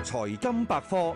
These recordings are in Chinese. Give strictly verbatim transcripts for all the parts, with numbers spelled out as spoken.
財金百科。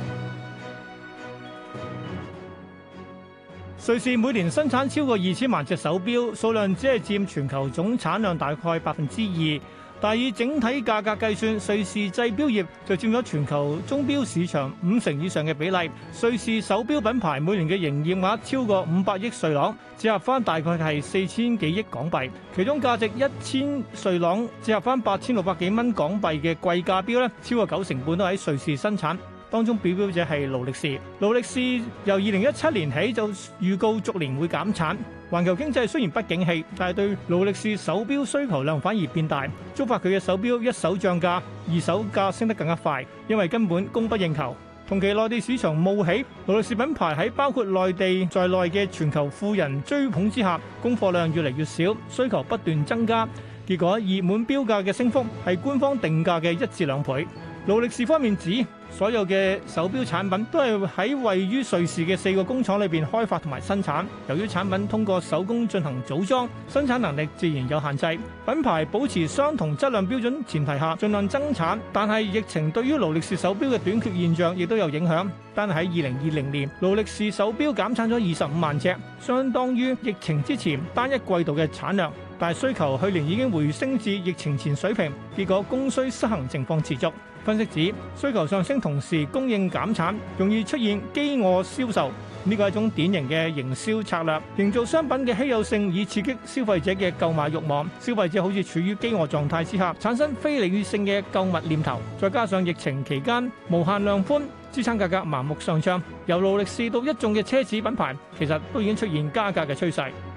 瑞士每年生產超過二千萬隻手錶，數量只係佔全球總產量大概百分之二。但以整體價格計算，瑞士製錶業就佔咗全球鐘錶市場五成以上嘅比例。瑞士手錶品牌每年嘅營業額超過五百億瑞郎，折合翻大概係四千幾億港幣。其中價值一千瑞郎，折合翻八千六百幾蚊港幣嘅貴價錶咧，超過九成半都喺瑞士生產。當中表表者係勞力士。勞力士由二零一七年起就預告逐年會減產。環球經濟雖然不景氣，但係對勞力士手錶需求量反而變大，觸發佢嘅手錶一手漲價，二手價升得更加快，因為根本供不應求。同期內地市場冒起，勞力士品牌喺包括內地在內嘅全球富人追捧之下，供貨量越嚟越少，需求不斷增加，結果熱門標價嘅升幅係官方定價嘅一至兩倍。勞力士方面指，所有嘅手錶產品都係喺位於瑞士嘅四個工廠裏邊開發同埋生產。由於產品通過手工進行組裝，生產能力自然有限制。品牌保持相同質量標準前提下，盡量增產。但係疫情對於勞力士手錶嘅短缺現象亦都有影響。單喺二零二零年，勞力士手錶減產咗二十五萬隻，相當於疫情之前單一季度嘅產量。但係需求去年已經回升至疫情前水平，結果供需失衡情況持續。分析指需求上升同時供應減產，容易出現飢餓銷售，呢個係一種典型嘅營銷策略，營造商品嘅稀有性以刺激消費者嘅購買慾望。消費者好似處於飢餓狀態之下，產生非理性嘅購物念頭。再加上疫情期間無限量寬，資產價格盲目上漲，由勞力士到一眾嘅奢侈品牌，其實都已經出現加價嘅趨勢。